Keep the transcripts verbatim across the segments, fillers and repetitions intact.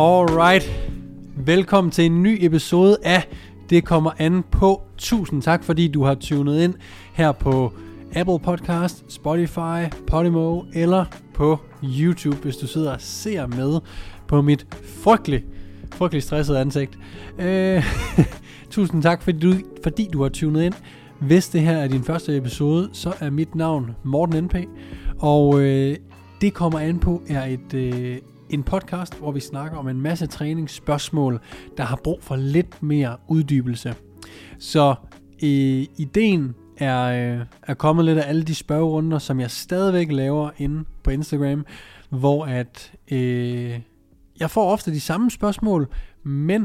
Alright, velkommen til en ny episode af Det kommer an på. Tusind tak, fordi du har tunet ind her på Apple Podcast, Spotify, Podimo eller på YouTube, hvis du sidder og ser med på mit frygtelig, frygtelig stressede ansigt. Øh, tusind tak, fordi du, fordi du har tunet ind. Hvis det her er din første episode, så er mit navn Morten N P, og øh, Det kommer an på er et... Øh, En podcast, hvor vi snakker om en masse træningsspørgsmål, der har brug for lidt mere uddybelse. Så øh, ideen er, øh, er kommet lidt af alle de spørgerunder, som jeg stadigvæk laver inde på Instagram, hvor at øh, jeg får ofte de samme spørgsmål, men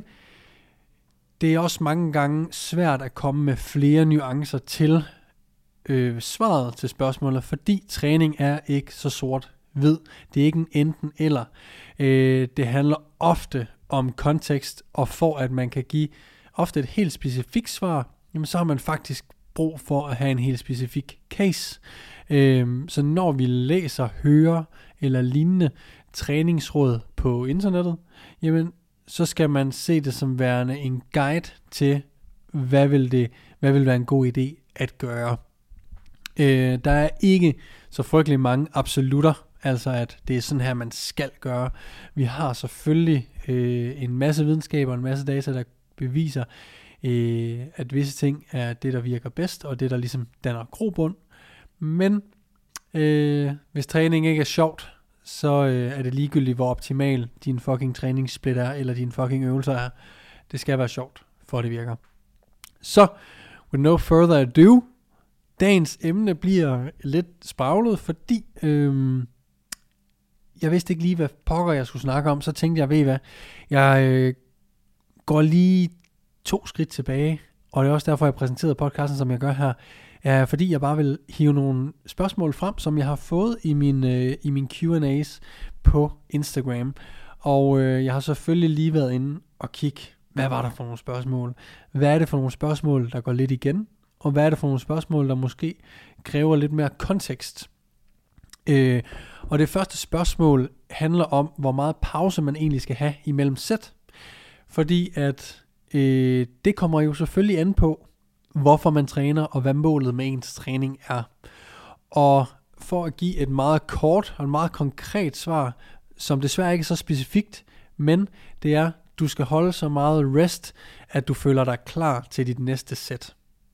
det er også mange gange svært at komme med flere nuancer til øh, svaret til spørgsmålet, fordi træning er ikke så sort ved. Det er ikke en enten eller. Øh, det handler ofte om kontekst, og for at man kan give ofte et helt specifikt svar, jamen så har man faktisk brug for at have en helt specifik case. Øh, så når vi læser, hører eller lignende træningsråd på internettet, jamen så skal man se det som værende en guide til, hvad vil det, hvad vil være en god idé at gøre. Øh, der er ikke så frygtelig mange absolutter, altså at det er sådan her, man skal gøre. Vi har selvfølgelig øh, en masse videnskaber og en masse data, der beviser, øh, at visse ting er det, der virker bedst, og det, der ligesom danner grobund. Men øh, hvis træning ikke er sjovt, så øh, er det ligegyldigt, hvor optimal din fucking træningssplit er, eller din fucking øvelser er. Det skal være sjovt, for det virker. Så, with no further ado, dagens emne bliver lidt spraglet, fordi øh, jeg vidste ikke lige, hvad pokker jeg skulle snakke om. Så tænkte jeg, ved I hvad, jeg øh, går lige to skridt tilbage, og det er også derfor, jeg præsenterede podcasten, som jeg gør her, øh, fordi jeg bare vil hive nogle spørgsmål frem, som jeg har fået i min, øh, i min Q and A's på Instagram. Og øh, jeg har selvfølgelig lige været inde og kigge, hvad var der for nogle spørgsmål? Hvad er det for nogle spørgsmål, der går lidt igen? Og hvad er det for nogle spørgsmål, der måske kræver lidt mere kontekst? Øh, og det første spørgsmål handler om, hvor meget pause man egentlig skal have imellem sæt. Fordi at øh, det kommer jo selvfølgelig an på, hvorfor man træner, og hvad målet med ens træning er. Og for at give et meget kort og et meget konkret svar, som desværre ikke er så specifikt, men det er, du skal holde så meget rest, at du føler dig klar til dit næste sæt.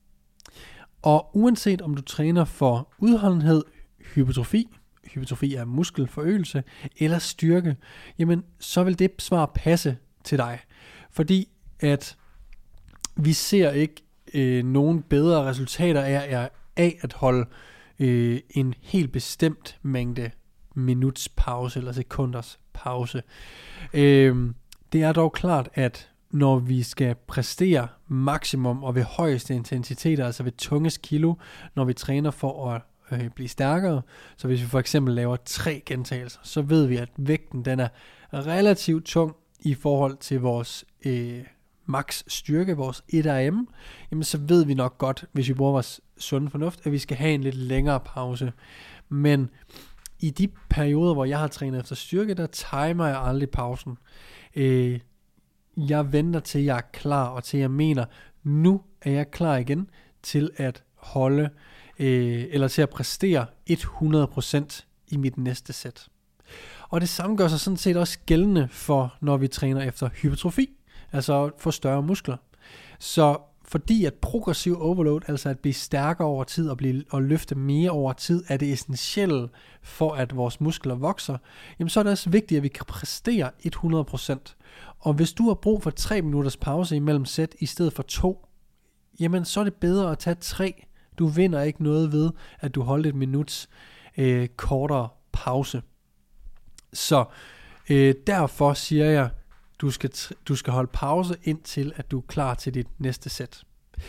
Og uanset om du træner for udholdenhed, hypertrofi, hypertrofi er muskelforøgelse, eller styrke, jamen så vil det svar passe til dig. Fordi at vi ser ikke øh, nogen bedre resultater af, af at holde øh, en helt bestemt mængde minuts pause, eller sekunders pause. Øh, det er dog klart, at når vi skal præstere maksimum og ved højeste intensiteter, altså ved tungest kilo, når vi træner for at øh, blive stærkere, så hvis vi for eksempel laver tre gentagelser, så ved vi, at vægten den er relativt tung i forhold til vores øh, max styrke, vores et R M, jamen så ved vi nok godt, hvis vi bruger vores sunde fornuft, at vi skal have en lidt længere pause. Men i de perioder, hvor jeg har trænet efter styrke, der timer jeg aldrig pausen. Øh, Jeg venter til jeg er klar, og til jeg mener, nu er jeg klar igen til at holde, øh, eller til at præstere hundrede procent i mit næste sæt. Og det samme gør sig sådan set også gældende for, når vi træner efter hypertrofi, altså for større muskler. Så fordi at progressiv overload, altså at blive stærkere over tid og, blive, og løfte mere over tid, er det essentielle for, at vores muskler vokser, jamen så er det også vigtigt, at vi kan præstere hundrede procent. Og hvis du har brug for tre minutters pause imellem sæt i stedet for to, jamen så er det bedre at tage tre. Du vinder ikke noget ved, at du holder et minuts øh, kortere pause. Så øh, derfor siger jeg, du skal, du skal holde pause indtil, at du er klar til dit næste sæt.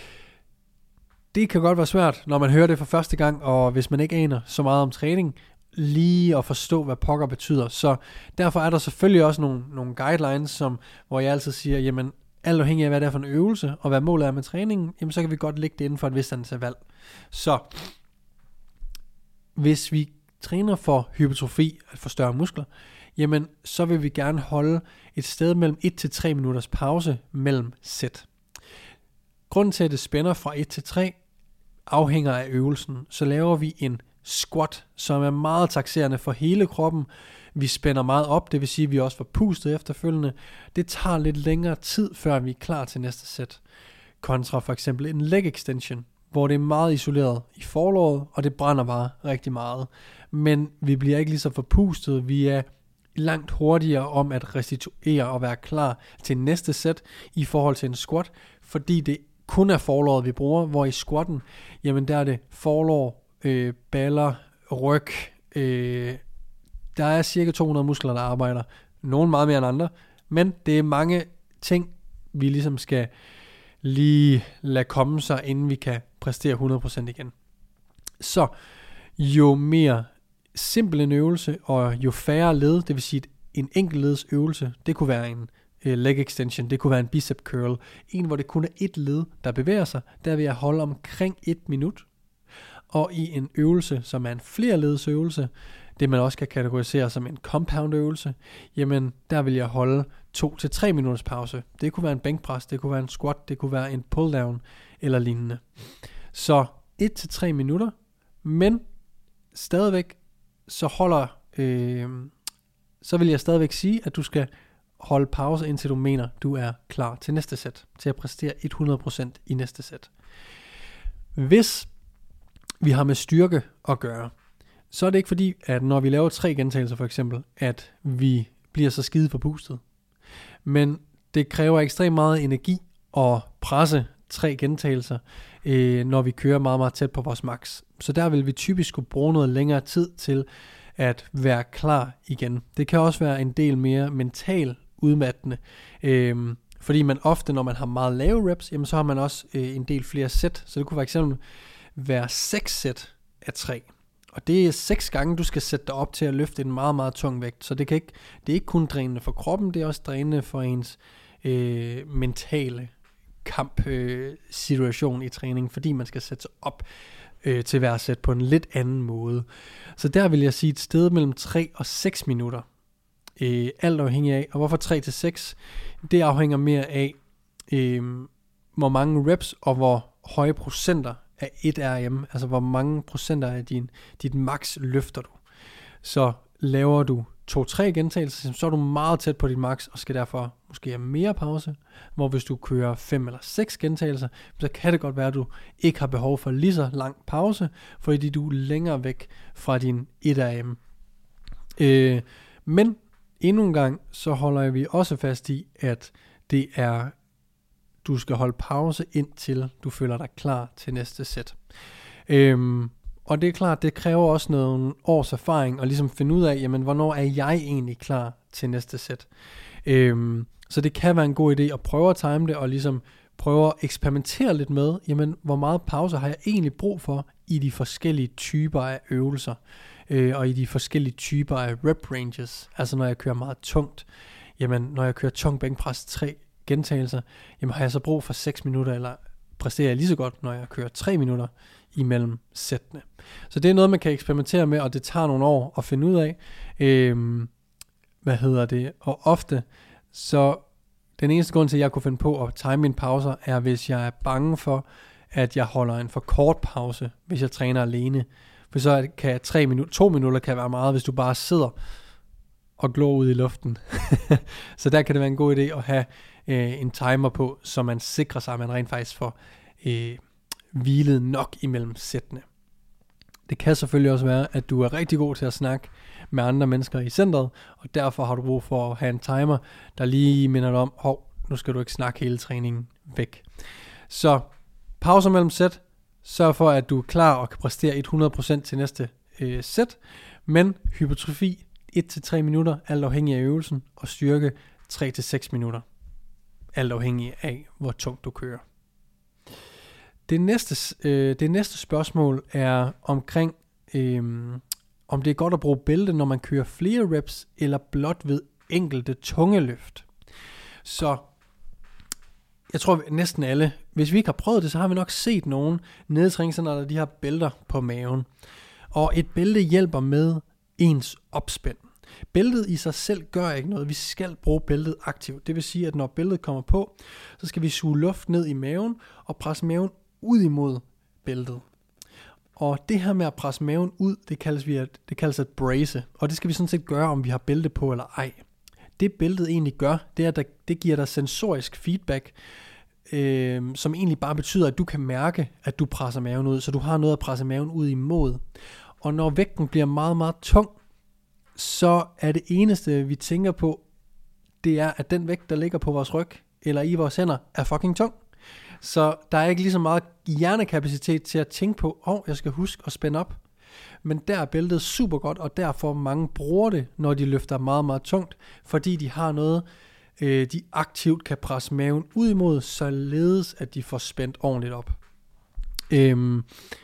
Det kan godt være svært, når man hører det for første gang, og hvis man ikke aner så meget om træning, lige at forstå, hvad pokker betyder. Så derfor er der selvfølgelig også nogle, nogle guidelines, som, hvor jeg altid siger, jamen alt afhængig af, hvad det er for en øvelse, og hvad målet er med træningen, jamen så kan vi godt lægge det inden for et vist antal valg. Så hvis vi træner for hypertrofi, at få større muskler, jamen så vil vi gerne holde et sted mellem et til tre minutters pause mellem sæt. Grunden til, at det spænder fra et til tre, afhænger af øvelsen. Så laver vi en squat, som er meget taxerende for hele kroppen. Vi spænder meget op, det vil sige, at vi også får pustet efterfølgende. Det tager lidt længere tid, før vi er klar til næste sæt. Kontra for eksempel en leg extension, hvor det er meget isoleret i forlåret, og det brænder bare rigtig meget. Men vi bliver ikke lige så forpustet, vi er langt hurtigere om at restituere og være klar til næste sæt i forhold til en squat, fordi det kun er forlåret, vi bruger, hvor i squatten, jamen der er det forlår, øh, baller, ryg, øh, der er cirka to hundrede muskler, der arbejder. Nogle meget mere end andre, men det er mange ting, vi ligesom skal lige lade komme sig, inden vi kan præstere hundrede procent igen. Så jo mere simpel en øvelse, og jo færre led, det vil sige en enkelt leds øvelse, det kunne være en uh, leg extension, det kunne være en bicep curl, en hvor det kun er et led, der bevæger sig, der vil jeg holde omkring et minut. Og i en øvelse, som er en flerledes øvelse, det man også kan kategorisere som en compound øvelse, jamen der vil jeg holde to til tre minutters pause. Det kunne være en bænkpres, det kunne være en squat, det kunne være en pull down eller lignende. Så et til tre minutter, men stadigvæk så holder, øh, så vil jeg stadigvæk sige, at du skal holde pause, indtil du mener, du er klar til næste sæt, til at præstere hundrede procent i næste sæt. Hvis vi har med styrke at gøre, så er det ikke fordi, at når vi laver tre gentagelser for eksempel, at vi bliver så skide forpustet. Men det kræver ekstremt meget energi at presse tre gentagelser, øh, når vi kører meget, meget tæt på vores max. Så der vil vi typisk skulle bruge noget længere tid til at være klar igen. Det kan også være en del mere mental udmattende, øh, fordi man ofte, når man har meget lave reps, jamen så har man også øh, en del flere sæt. Så det kunne for eksempel være seks sæt af tre. Og det er seks gange, du skal sætte dig op til at løfte en meget, meget tung vægt. Så det, kan ikke, det er ikke kun drænende for kroppen, det er også drænende for ens øh, mentale kamp-situation øh, i træning, fordi man skal sætte sig op øh, til hver sæt på en lidt anden måde. Så der vil jeg sige et sted mellem tre og seks minutter. Øh, alt afhængig af, og hvorfor tre til seks? Det afhænger mere af, øh, hvor mange reps og hvor høje procenter af et R M, altså hvor mange procenter af din, dit max løfter du. Så laver du to tre gentagelser, så er du meget tæt på dit max, og skal derfor måske have mere pause. Hvor hvis du kører fem eller seks gentagelser, så kan det godt være, at du ikke har behov for lige så lang pause, fordi du er længere væk fra din et R M. Øh, men endnu en gang, så holder vi også fast i, at det er du skal holde pause indtil du føler dig klar til næste sæt. Øhm, og det er klart, det kræver også nogle års erfaring at ligesom finde ud af, jamen hvornår er jeg egentlig klar til næste sæt. Øhm, så det kan være en god idé at prøve at time det og ligesom prøve at eksperimentere lidt med, jamen hvor meget pause har jeg egentlig brug for i de forskellige typer af øvelser øh, og i de forskellige typer af rep ranges. Altså når jeg kører meget tungt, jamen når jeg kører tung bænkpres tre gentagelser, jamen har jeg så brug for seks minutter, eller præsterer jeg lige så godt, når jeg kører tre minutter imellem sættene. Så det er noget, man kan eksperimentere med, og det tager nogle år at finde ud af. Øhm, hvad hedder det? Og ofte, så den eneste grund til, at jeg kunne finde på at time mine pauser, er hvis jeg er bange for, at jeg holder en for kort pause, hvis jeg træner alene. For så kan tre minutter, to minutter kan være meget, hvis du bare sidder og glor ud i luften. Så der kan det være en god idé at have øh, en timer på, så man sikrer sig, at man rent faktisk får øh, hvilet nok imellem sættene. Det kan selvfølgelig også være, at du er rigtig god til at snakke med andre mennesker i centret, og derfor har du brug for at have en timer, der lige minder dig om, hov, nu skal du ikke snakke hele træningen væk. Så pauser mellem sæt, sørg for, at du er klar og kan præstere hundrede procent til næste øh, sæt, men hypertrofi et til tre minutter, alt afhængig af øvelsen, og styrke tre til seks minutter, alt afhængig af, hvor tungt du kører. Det næste, øh, det næste spørgsmål er omkring, øh, om det er godt at bruge bælte, når man kører flere reps, eller blot ved enkelte tunge løft. Så jeg tror næsten alle, hvis vi ikke har prøvet det, så har vi nok set nogen nede i træningscenteret, der de har bælter på maven. Og et bælte hjælper med ens opspænd. Bæltet i sig selv gør ikke noget. Vi skal bruge bæltet aktivt. Det vil sige, at når bæltet kommer på, så skal vi suge luft ned i maven og presse maven ud imod bæltet. Og det her med at presse maven ud, det kaldes, vi at, det kaldes at brace. Og det skal vi sådan set gøre, om vi har bælte på eller ej. Det bæltet egentlig gør, det er, at det giver dig sensorisk feedback, øh, som egentlig bare betyder, at du kan mærke, at du presser maven ud, så du har noget at presse maven ud imod. Og når vægten bliver meget, meget tung, så er det eneste, vi tænker på, det er, at den vægt, der ligger på vores ryg, eller i vores hænder, er fucking tung. Så der er ikke lige så meget hjernekapacitet til at tænke på, åh, oh, jeg skal huske at spænde op. Men der er bæltet super godt, og derfor mange bruger det, når de løfter meget, meget tungt, fordi de har noget, øh, de aktivt kan presse maven ud imod, således at de får spændt ordentligt op. Øhm,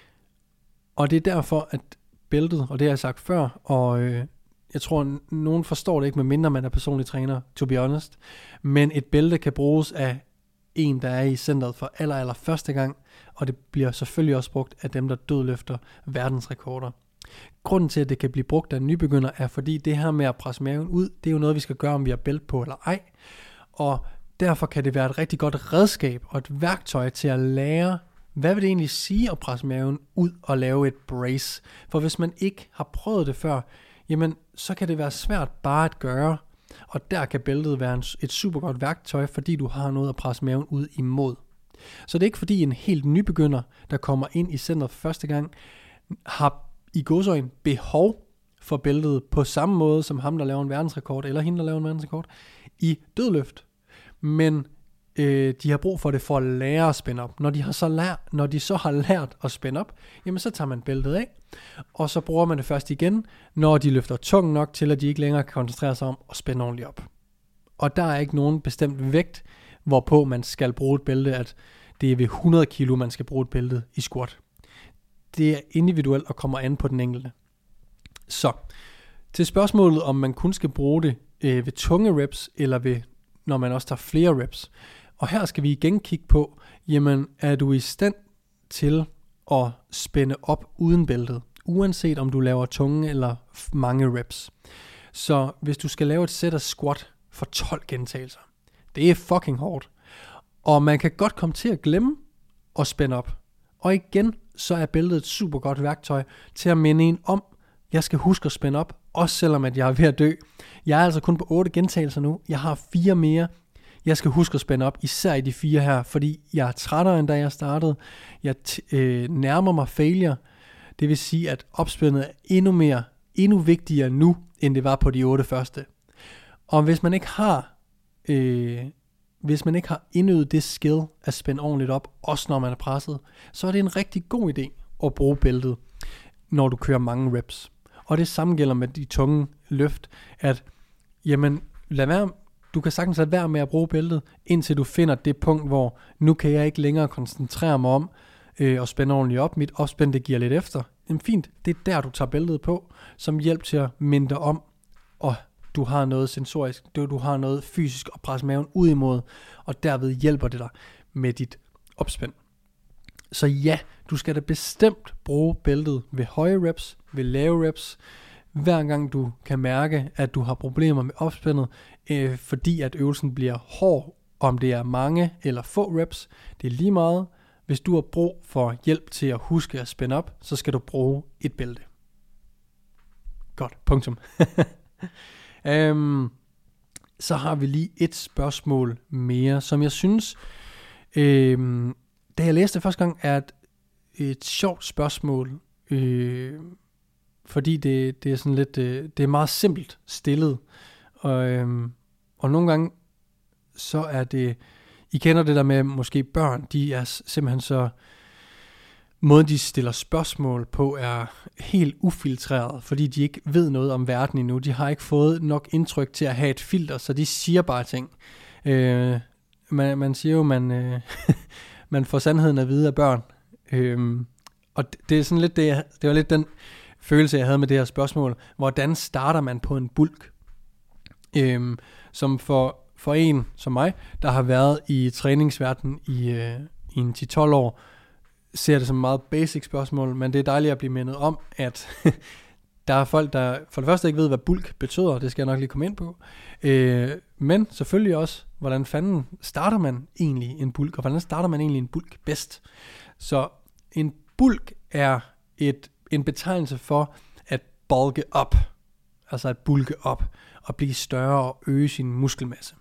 og det er derfor, at bæltet, og det har jeg sagt før, og øh, jeg tror, at nogen forstår det ikke, medmindre man er personlig træner, to be honest, men et bælte kan bruges af en, der er i centret for aller, aller første gang, og det bliver selvfølgelig også brugt af dem, der dødløfter verdensrekorder. Grunden til, at det kan blive brugt af en nybegynder, er fordi det her med at presse maven ud, det er jo noget, vi skal gøre, om vi har bælte på eller ej, og derfor kan det være et rigtig godt redskab og et værktøj til at lære, hvad vil det egentlig sige at presse maven ud og lave et brace? For hvis man ikke har prøvet det før, jamen så kan det være svært bare at gøre, og der kan bæltet være et super godt værktøj, fordi du har noget at presse maven ud imod. Så det er ikke fordi en helt nybegynder, der kommer ind i centret for første gang, har i gåseøjne behov for bæltet på samme måde som ham, der laver en verdensrekord, eller hende, der laver en verdensrekord, i dødløft. Men øh, de har brug for det for at lære at spænde op. Når de, har så lær, når de så har lært at spænde op, jamen så tager man bæltet af, og så bruger man det først igen, når de løfter tung nok til, at de ikke længere kan koncentrere sig om at spænde ordentligt op. Og der er ikke nogen bestemt vægt, hvorpå man skal bruge et bælte, at det er ved hundrede kilo, man skal bruge et bælte i squat. Det er individuelt og kommer an på den enkelte. Så, til spørgsmålet, om man kun skal bruge det øh, ved tunge reps, eller ved, når man også tager flere reps. Og her skal vi igen kigge på, jamen er du i stand til at spænde op uden bæltet, uanset om du laver tunge eller mange reps. Så hvis du skal lave et sæt af squat for tolv gentagelser, det er fucking hårdt. Og man kan godt komme til at glemme at spænde op. Og igen, så er bæltet et super godt værktøj til at minde en om, jeg skal huske at spænde op, også selvom at jeg er ved at dø. Jeg er altså kun på otte gentagelser nu. Jeg har fire mere. Jeg skal huske at spænde op, især i de fire her, fordi jeg er trættere, end da jeg startede. Jeg t- øh, nærmer mig failure. Det vil sige, at opspændet er endnu mere, endnu vigtigere nu, end det var på de otte første. Og hvis man ikke har, øh, hvis man ikke har indøvet det skill at spænde ordentligt op, også når man er presset, så er det en rigtig god idé at bruge bæltet, når du kører mange reps. Og det samme gælder med de tunge løft, at jamen, lad være, du kan sagtens lade være med at bruge bæltet, indtil du finder det punkt, hvor nu kan jeg ikke længere koncentrere mig om øh, at spænde ordentligt op. Mit opspænd, det giver lidt efter. Jamen fint, det er der, du tager bæltet på, som hjælp til at minde dig om, og du har noget sensorisk, du, du har noget fysisk at presse maven ud imod, og derved hjælper det dig med dit opspænd. Så ja, du skal da bestemt bruge bæltet ved høje reps, ved lave reps, hver gang du kan mærke, at du har problemer med opspændet, øh, fordi at øvelsen bliver hård, om det er mange eller få reps, det er lige meget. Hvis du har brug for hjælp til at huske at spænde op, så skal du bruge et bælte. Godt, punktum. um, så har vi lige et spørgsmål mere, som jeg synes, øh, da jeg læste det første gang, er et, et sjovt spørgsmål, øh, fordi det, det er sådan lidt, det, det er meget simpelt stillet, og, øh, og nogle gange, så er det, I kender det der med, måske børn, de er simpelthen så, måden de stiller spørgsmål på er helt ufiltreret, fordi de ikke ved noget om verden endnu. De har ikke fået nok indtryk til at have et filter, så de siger bare ting. Øh, man, man siger jo, man, øh, man får sandheden at vide af børn. Øh, og det, det er sådan lidt det, det var lidt den følelse, jeg havde med det her spørgsmål. Hvordan starter man på en bulk? Øh, som for, for en som mig, der har været i træningsverdenen i, øh, i en ti til tolv år, ser det som et meget basic spørgsmål, men det er dejligt at blive mindet om, at Der er folk, der for det første ikke ved, hvad bulk betyder. Det skal jeg nok lige komme ind på. Øh, men selvfølgelig også, hvordan fanden starter man egentlig en bulk, og hvordan starter man egentlig en bulk bedst. Så en bulk er et, en betegnelse for at bulke op. Altså at bulke op og blive større og øge sin muskelmasse.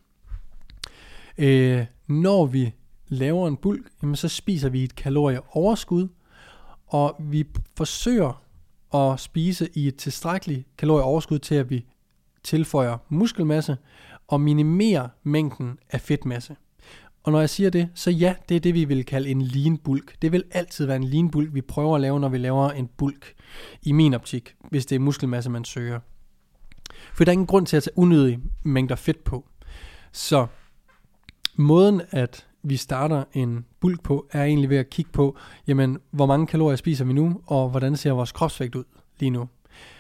Øh, når vi laver en bulk, jamen så spiser vi et kalorieoverskud, og vi forsøger at spise i et tilstrækkeligt kalorieoverskud til, at vi tilføjer muskelmasse og minimerer mængden af fedtmasse. Og når jeg siger det, så ja, det er det, vi vil kalde en lean bulk. Det vil altid være en lean bulk, vi prøver at lave, når vi laver en bulk, i min optik, hvis det er muskelmasse, man søger. For der er ingen grund til at tage unødige mængder fedt på. Så måden, at vi starter en bulk på, er egentlig ved at kigge på, jamen, hvor mange kalorier spiser vi nu, og hvordan ser vores kropsvægt ud lige nu.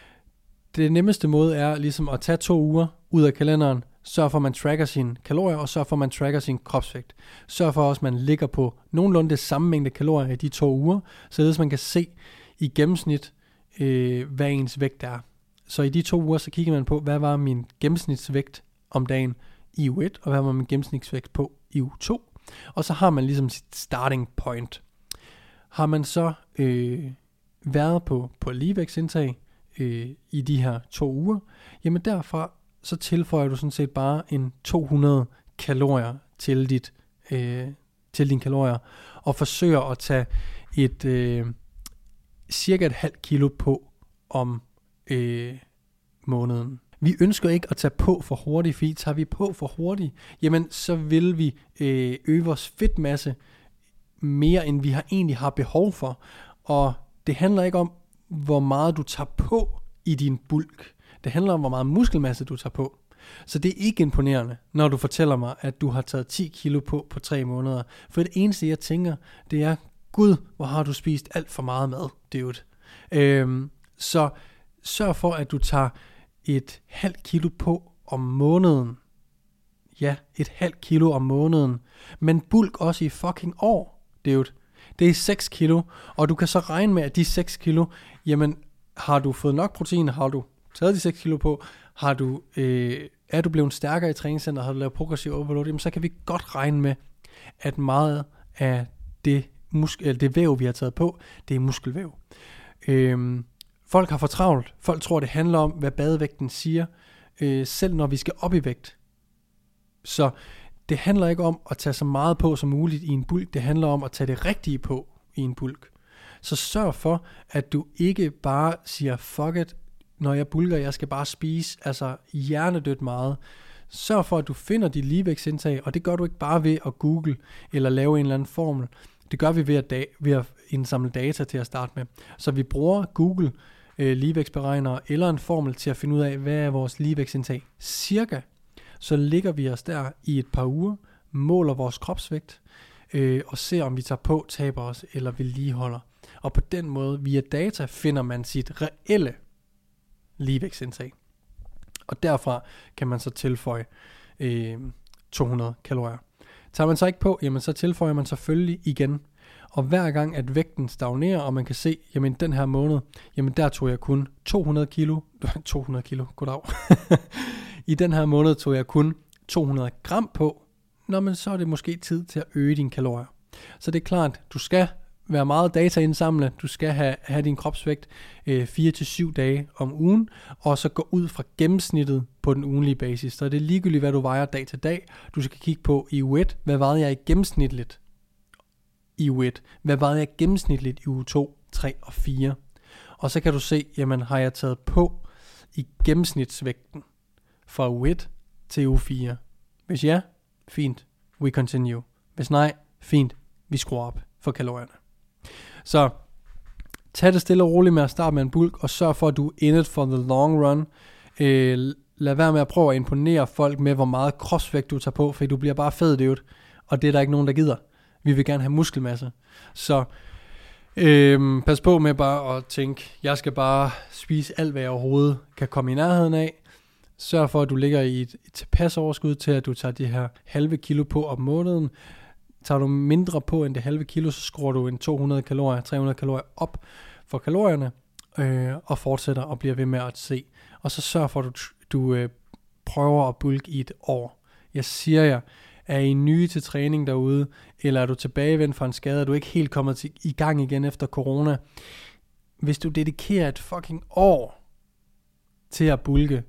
Det nemmeste måde er ligesom at tage to uger ud af kalenderen, sørg for, at man tracker sine kalorier, og sørg for, at man tracker sin kropsvægt. Sørg for også, at man ligger på nogenlunde det samme mængde kalorier i de to uger, således man kan se i gennemsnit, øh, hvad ens vægt er. Så i de to uger, så kigger man på, hvad var min gennemsnitsvægt om dagen i uge et, og hvad var min gennemsnitsvægt på i uge to. Og så har man ligesom sit starting point. Har man så øh, været på, på ligevægtsindtag øh, i de her to uger, jamen derfra så tilføjer du sådan set bare en to hundrede kalorier til, dit, øh, til dine kalorier, og forsøger at tage et øh, cirka et halvt kilo på om øh, måneden. Vi ønsker ikke at tage på for hurtigt, fordi tager vi på for hurtigt, jamen så vil vi øh, øge vores fedtmasse mere, end vi har egentlig har behov for. Og det handler ikke om, hvor meget du tager på i din bulk. Det handler om, hvor meget muskelmasse du tager på. Så det er ikke imponerende, når du fortæller mig, at du har taget ti kilo på på tre måneder. For det eneste, jeg tænker, det er, gud, hvor har du spist alt for meget mad, dude. Øhm, så sørg for, at du tager et halvt kilo på om måneden. Ja, et halvt kilo om måneden. Men bulk også i fucking år, dude. Det er seks kilo, og du kan så regne med, at de seks kilo, jamen, har du fået nok protein, har du taget de seks kilo på, har du, øh, er du blevet stærkere i træningscenteret, har du lavet progressiv overload, jamen, så kan vi godt regne med, at meget af det, mus- eller det væv, vi har taget på, det er muskelvæv. Øhm, folk har for travlt. Folk tror, det handler om, hvad badevægten siger, øh, selv når vi skal op i vægt. Så det handler ikke om at tage så meget på som muligt i en bulk, det handler om at tage det rigtige på i en bulk. Så sørg for, at du ikke bare siger, fuck it, når jeg bulker, jeg skal bare spise, altså hjernedødt meget. Sørg for, at du finder dit ligevægtsindtag, og det gør du ikke bare ved at google eller lave en eller anden formel. Det gør vi ved at, da- ved at indsamle data til at starte med. Så vi bruger Google øh, ligevægtsberegnere eller en formel til at finde ud af, hvad er vores ligevægtsindtag. Cirka, så ligger vi os der i et par uger, måler vores kropsvægt, øh, og ser om vi tager på, taber os eller vedligeholder. Og på den måde, via data, finder man sit reelle ligevægtsindtag. Og derfra kan man så tilføje øh, to hundrede kalorier. Tager man så ikke på, jamen så tilføjer man selvfølgelig igen. Og hver gang at vægten stagnerer, og man kan se, jamen den her måned, jamen der tog jeg kun to hundrede kilo, to hundrede kilo, goddag. I den her måned tog jeg kun to hundrede gram på, nå, men så er det måske tid til at øge dine kalorier. Så det er klart, du skal være meget data indsamle, du skal have, have din kropsvægt øh, fire til syv dage om ugen, og så gå ud fra gennemsnittet på den ugenlige basis. Så det er ligegyldigt, hvad du vejer dag til dag. Du skal kigge på i uge et, hvad vejede jeg i gennemsnitligt i uge et, hvad vejede jeg gennemsnitligt i uge to, tre og fire. Og så kan du se, jamen har jeg taget på i gennemsnitsvægten fra uge et til uge fire. Hvis ja, fint, we continue. Hvis nej, fint, vi skruer op for kalorierne. Så tag det stille og roligt med at starte med en bulk, og sørg for, at du er in it for the long run. Øh, lad være med at prøve at imponere folk med, hvor meget kropsvægt du tager på, for du bliver bare fed, dude. Og det er der ikke nogen, der gider. Vi vil gerne have muskelmasse. Så øh, pas på med bare at tænke, jeg skal bare spise alt, hvad jeg overhovedet kan komme i nærheden af. Sørg for, at du ligger i et, et tilpas overskud til, at du tager de her halve kilo på om måneden. Tager du mindre på end det halve kilo, så skruer du en to hundrede kalorier, tre hundrede kalorier op for kalorierne, øh, og fortsætter og bliver ved med at se. Og så sørg for, at du, du øh, prøver at bulke i et år. Jeg siger jer, er I nye til træning derude, eller er du tilbagevendt fra en skade, og du er ikke helt kommet til, i gang igen efter corona, hvis du dedikerer et fucking år til at bulke,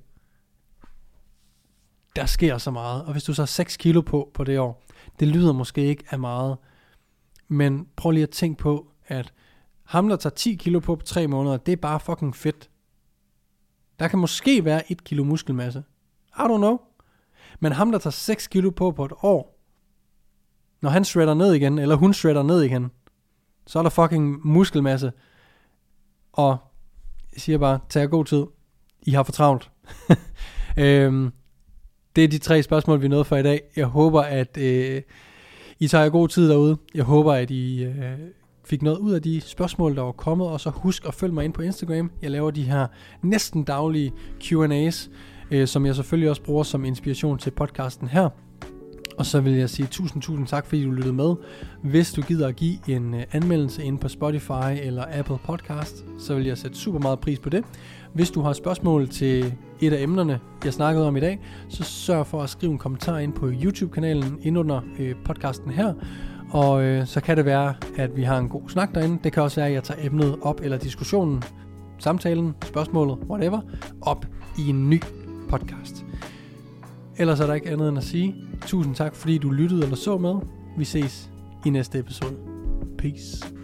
der sker så meget. Og hvis du så har seks kilo på på det år, det lyder måske ikke af meget, men prøv lige at tænke på, at ham der tager ti kilo på på tre måneder, det er bare fucking fedt. Der kan måske være et kilo muskelmasse. I don't know. Men ham der tager seks kilo på på et år, når han shredder ned igen, eller hun shredder ned igen, så er der fucking muskelmasse. Og jeg siger bare, tag god tid. I har for travlt. øhm, det er de tre spørgsmål, vi nåede for i dag. Jeg håber, at øh, I tager god tid derude. Jeg håber, at I øh, fik noget ud af de spørgsmål, der var kommet. Og så husk at følge mig ind på Instagram. Jeg laver de her næsten daglige Q and A's, øh, som jeg selvfølgelig også bruger som inspiration til podcasten her. Og så vil jeg sige tusind, tusind tak, fordi du lyttede med. Hvis du gider at give en uh, anmeldelse inde på Spotify eller Apple Podcast, så vil jeg sætte super meget pris på det. Hvis du har spørgsmål til et af emnerne, jeg snakkede om i dag, så sørg for at skrive en kommentar ind på YouTube-kanalen ind under øh, podcasten her. Og øh, så kan det være, at vi har en god snak derinde. Det kan også være, at jeg tager emnet op, eller diskussionen, samtalen, spørgsmålet, whatever, op i en ny podcast. Ellers er der ikke andet end at sige tusind tak, fordi du lyttede eller så med. Vi ses i næste episode. Peace.